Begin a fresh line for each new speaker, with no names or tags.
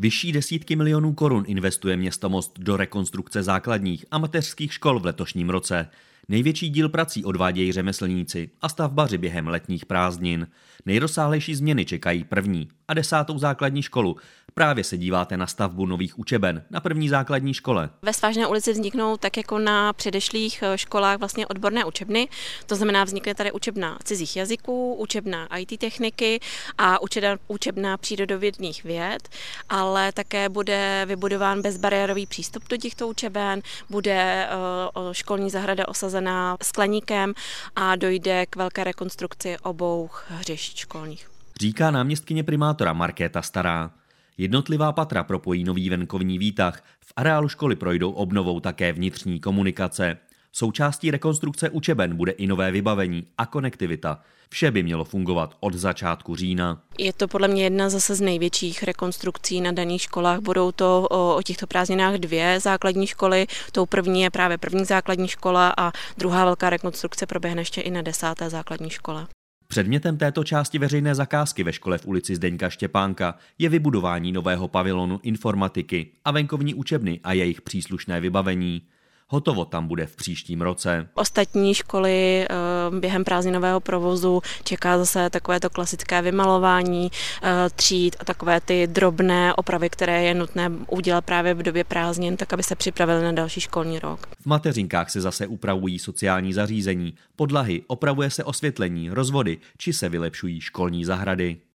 Vyšší desítky milionů korun investuje město Most do rekonstrukce základních a mateřských škol v letošním roce. Největší díl prací odvádějí řemeslníci a stavbaři během letních prázdnin. Nejrozsáhlejší změny čekají 1. a 10. základní školu. Právě se díváte na stavbu nových učeben na 1. základní škole.
Ve Svážné ulici vzniknou tak jako na předešlých školách vlastně odborné učebny. To znamená, vznikne tady učebna cizích jazyků, učebna IT techniky a učebna přírodovědných věd, ale také bude vybudován bezbariérový přístup do těchto učeben, bude školní zahrada osazená skleníkem a dojde k velké rekonstrukci obou hřišť školních.
Říká náměstkyně primátora Markéta Stará. Jednotlivá patra propojí nový venkovní výtah. V areálu školy projdou obnovou také vnitřní komunikace. Součástí rekonstrukce učeben bude i nové vybavení a konektivita. Vše by mělo fungovat od začátku října.
Je to podle mě jedna zase z největších rekonstrukcí na daných školách. Budou to o těchto prázdninách 2 základní školy. Tou první je právě 1. základní škola a druhá velká rekonstrukce proběhne ještě i na 10. základní škole.
Předmětem této části veřejné zakázky ve škole v ulici Zdeňka Štěpánka je vybudování nového pavilonu informatiky a venkovní učebny a jejich příslušné vybavení. Hotovo tam bude v příštím roce.
Ostatní školy během prázdninového provozu čeká zase takovéto klasické vymalování tříd a takové ty drobné opravy, které je nutné udělat právě v době prázdnin, tak aby se připravili na další školní rok.
V mateřinkách se zase upravují sociální zařízení, podlahy, opravuje se osvětlení, rozvody či se vylepšují školní zahrady.